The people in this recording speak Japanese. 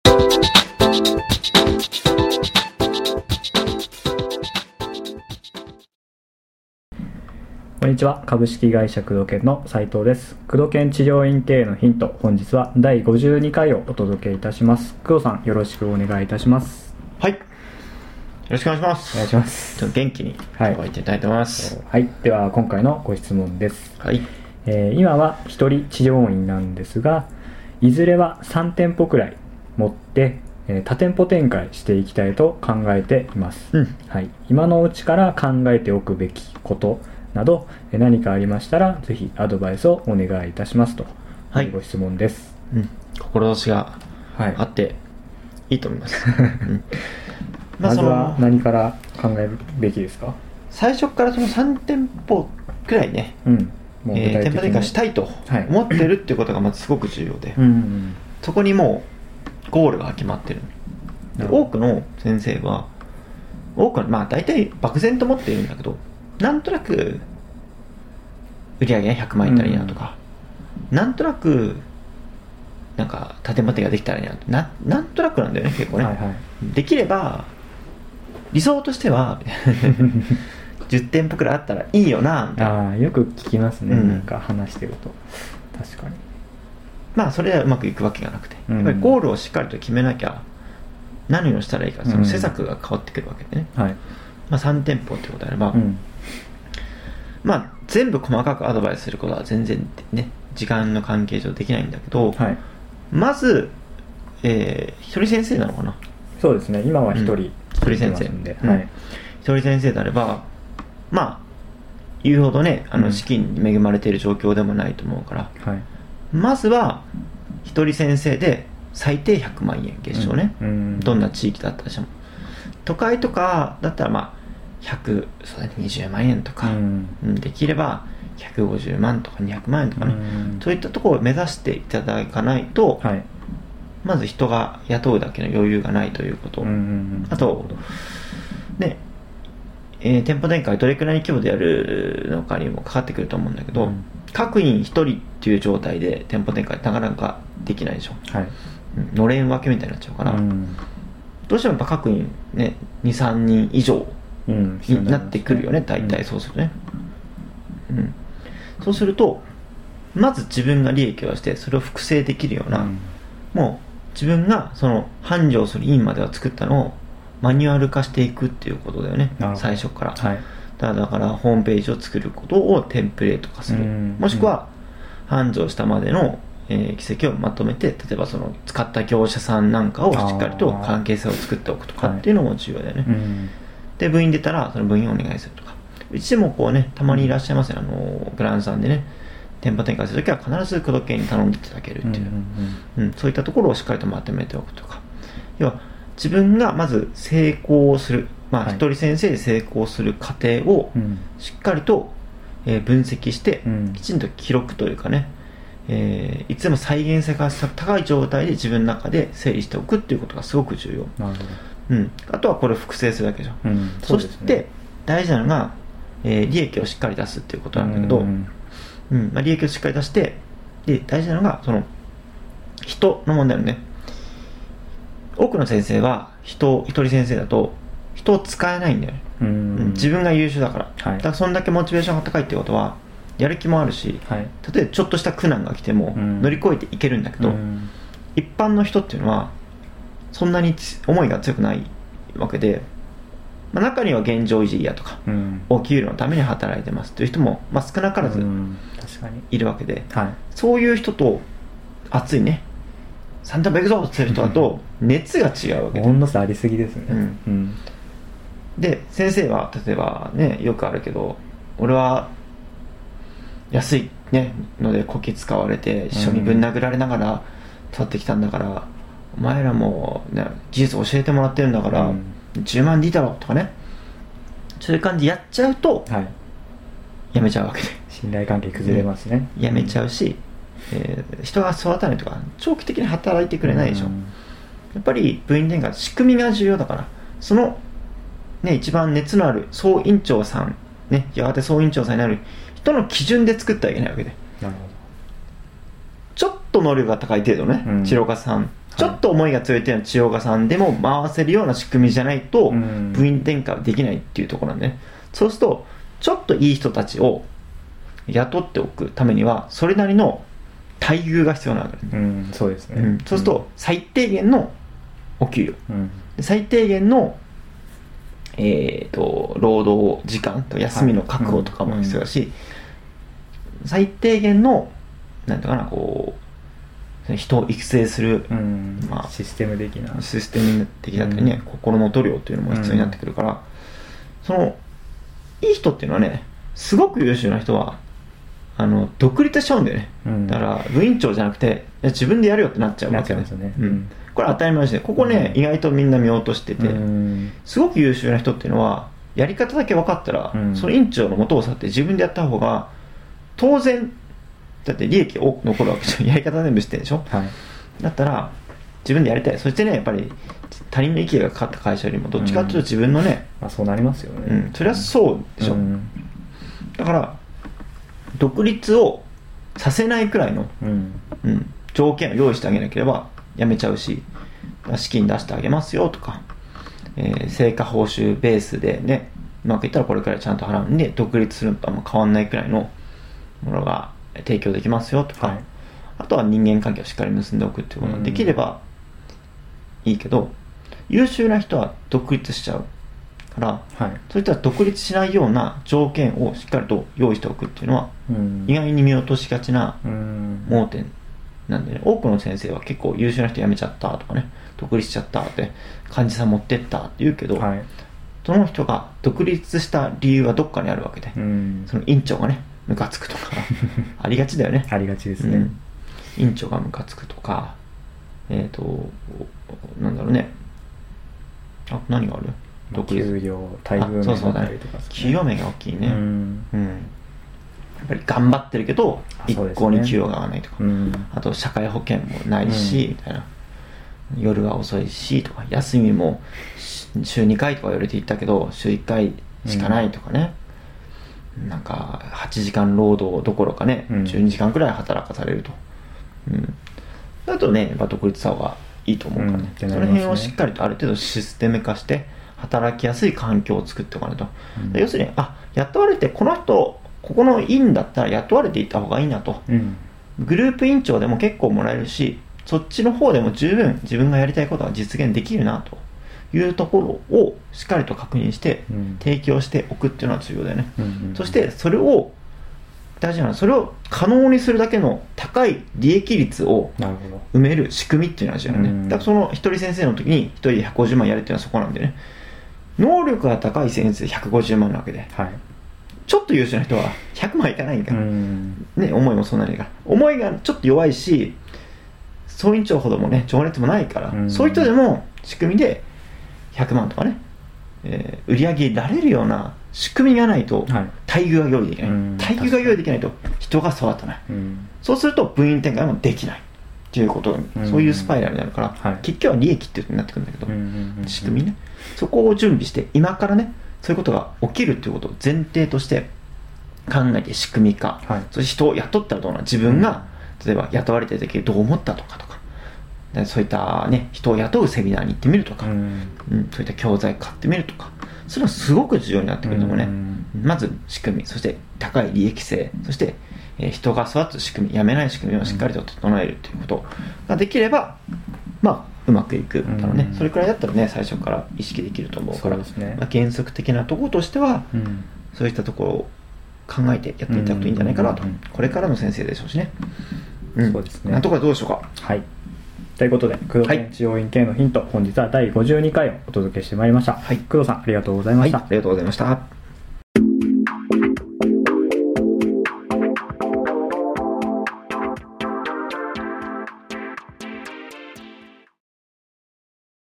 こんにちは。株式会社工藤研の斉藤です。工藤研治療院経営のヒント、本日は第52回をお届けいたします。工藤さん、よろしくお願いいたします。 はい、よろしくお願いします。 お願いします。 ちょっと元気に今日は行ってみたいと思います。 はい、では今回のご質問です。 はい。 今は一人治療院なんですが、いずれは3店舗くらい持って多店舗展開していきたいと考えています。はい、今のうちから考えておくべきことなど何かありましたらぜひアドバイスをお願いいたしますと、はい、ご質問です。 志があっていいと思います。 まずは何から考えるべきですか？ 最初からその3店舗くらいね、もう店舗展開したいと思ってるっていうことがまずすごく重要で、そこにもうゴールが決まってる。多くの先生はまあ大体漠然と思っているんだけど、なんとなく売り上げが100万円いったらいいなとか、なんとなくなんか建物ができたらいいな、なんとなくなんだよね、結構ね、できれば理想としては10店舗くらいあったらいいよなみたいな。 よく聞きますね、なんか話してると。確かにまあそれはうまくいくわけがなくて、やっぱりゴールをしっかりと決めなきゃ何をしたらいいか、その施策が変わってくるわけでね、まあ、3店舗ってことであれば、まあ全部細かくアドバイスすることは全然ね時間の関係上できないんだけど、まず、一人先生なのかな。 そうですね、今は一人先生で、一人先生であればまあ言うほどね資金に恵まれている状況でもないと思うから、まずは一人先生で最低100万円月賞ね、どんな地域だったとしても。都会とかだったらまあ120万円とか、できれば150万とか200万円とかね、そういったところを目指していただかないと、まず人が雇うだけの余裕がないということ、あとね、店舗展開どれくらいの規模でやるのかにもかかってくると思うんだけど、各員1人っていう状態で店舗展開なかなかできないでしょ、のれん分けみたいになっちゃうから、どうしてもやっぱ各員ね 2,3 人以上になってくるよね、大体そうするとね、そうするとまず自分が利益を出してそれを複製できるような、もう自分がその繁盛する院までは作ったのをマニュアル化していくっていうことだよね、最初から、だからホームページを作ることをテンプレート化する、もしくは繁盛したまでの軌跡をまとめて、例えばその使った業者さんなんかをしっかりと関係性を作っておくとかっていうのも重要だよね、で部員出たらその部員をお願いするとか。うちでもこうねたまにいらっしゃいますね、グランドさんでね店舗展開するときは必ず工藤研に頼んでいただけるっていう、そういったところをしっかりとまとめておくとか。要は自分がまず成功する、一人先生で成功する過程をしっかりと分析してきちんと記録というかね、いつでも再現性が高い状態で自分の中で整理しておくっていうことがすごく重要。あとはこれを複製するだけじゃん、そして大事なのが、利益をしっかり出すっていうことなんだけど、利益をしっかり出して、で大事なのがその人の問題のね。多くの先生は一人先生だと人を使えないんだよね、自分が優秀だから、だからそんだけモチベーションが高いってことはやる気もあるし、例えばちょっとした苦難が来ても乗り越えていけるんだけど、一般の人っていうのはそんなに思いが強くないわけで、中には現状維持やとか、お給料のために働いてますという人も、少なからずいるわけで、そういう人と熱いね3店舗行くぞって言ってる人だと熱が違うわけで、 温度差ありすぎですね、 で先生は例えばねよくあるけど、俺は安い、のでこき使われて一緒にぶん殴られながら育ってきたんだから、お前らも、技術教えてもらってるんだから、10万でいいだろうとかね、そういう感じやっちゃうと、やめちゃうわけで信頼関係崩れますね、 やめちゃうし、人が育たないとか長期的に働いてくれないでしょ、やっぱり部員展開仕組みが重要だから、その一番熱のある総院長さんやがて総院長さんになる人の基準で作ってはいけないわけで、ちょっと能力が高い程度ね、治療家さんちょっと思いが強いっていうのは千代賀さんでも回せるような仕組みじゃないと部員転換はできないっていうところなんでね。そうするとちょっといい人たちを雇っておくためにはそれなりの待遇が必要なわけですね。 そうですね。 そうすると最低限のお給料、最低限の労働時間と休みの確保とかも必要だし、最低限のなんていうかな、こう人を育成する、 システム的なシステム的だったりね、心の塗料っていうのも必要になってくるから、そのいい人っていうのはね、すごく優秀な人は独立しちゃうんだよね、だから部員長じゃなくて自分でやるよってなっちゃうわけですよね。これ当たり前ですね。ここね、意外とみんな見落としてて、すごく優秀な人っていうのはやり方だけ分かったら、その院長の元を去って自分でやった方が当然だって利益多く残るわけじゃん。やり方全部知ってるでしょ、だったら自分でやりたい。そしてね、やっぱり他人の意見がかかった会社よりもどっちかというと自分のね、 そうなりますよね。 それはそうでしょ、だから独立をさせないくらいの、条件を用意してあげなければ辞めちゃうし、資金出してあげますよとか、成果報酬ベースでね、うまくいったらこれくらいちゃんと払うんで独立するのとあんま変わんないくらいのものが提供できますよとか、あとは人間関係をしっかり結んでおくっていうことができればいいけど、優秀な人は独立しちゃうから、そういった独立しないような条件をしっかりと用意しておくっていうのは、意外に見落としがちな盲点なんでね。多くの先生は結構優秀な人辞めちゃったとかね、独立しちゃったって患者さん持ってったって言うけど、その人が独立した理由はどっかにあるわけで、その院長がねムカつくとかありがちだよね。 ありがちですね、 院長がムカつくとか、なんだろうね、何がある？ 給料待遇面だったりとか、 給与面が大きいね。やっぱり頑張ってるけど一向に給与が合わないとか、あと社会保険もないし、みたいな、夜は遅いしとか、休みも週2回とか言われていったけど週1回しかないとかね、なんか8時間労働どころかね、12時間くらい働かされると、だとね、やっぱ独立した方がいいと思うからね、その辺をしっかりとある程度システム化して働きやすい環境を作っておかないと、要するに雇われてこの人ここの院だったら雇われていった方がいいなと、グループ院長でも結構もらえるし、そっちの方でも十分自分がやりたいことが実現できるなというところをしっかりと確認して提供しておくっていうのは重要だよね、そしてそれを大事なのは、それを可能にするだけの高い利益率を埋める仕組みっていうのは重要だよね。だからその一人先生の時に一人で150万やるっていうのはそこなんでね、能力が高い先生150万なわけで、ちょっと優秀な人は100万いかないから、ね、思いもそんなにいいから、思いがちょっと弱いし総院長ほどもね情熱もないから、そういう人でも仕組みで100万とかね、売り上げられるような仕組みがないと待遇が用意できない、待遇が用意できないと人が育たない、そうすると部員転換もできないっていうこと、そういうスパイラルになるから、結局は利益っていうことになってくるんだけど、仕組みね、そこを準備して今からねそういうことが起きるっていうことを前提として考えて仕組み化、そして人を雇ったらどうなの、自分が例えば雇われてる時どう思ったとかそういったね人を雇うセミナーに行ってみるとか、そういった教材買ってみるとか、それはすごく重要になってくると思うね。まず仕組み、そして高い利益性、そして、人が育つ仕組み、やめない仕組みをしっかりと整えるということができれば、うまくいくだろうね。それくらいだったらね最初から意識できると思うから、原則的なところとしては、そういったところを考えてやっていただくといいんじゃないかなと、これからの先生でしょうしね。 そうですね。 なんとかどうでしょうか。 ということで、工藤さん治療院系のヒント、本日は第52回をお届けしてまいりました。工藤さんありがとうございました。 ありがとうございました。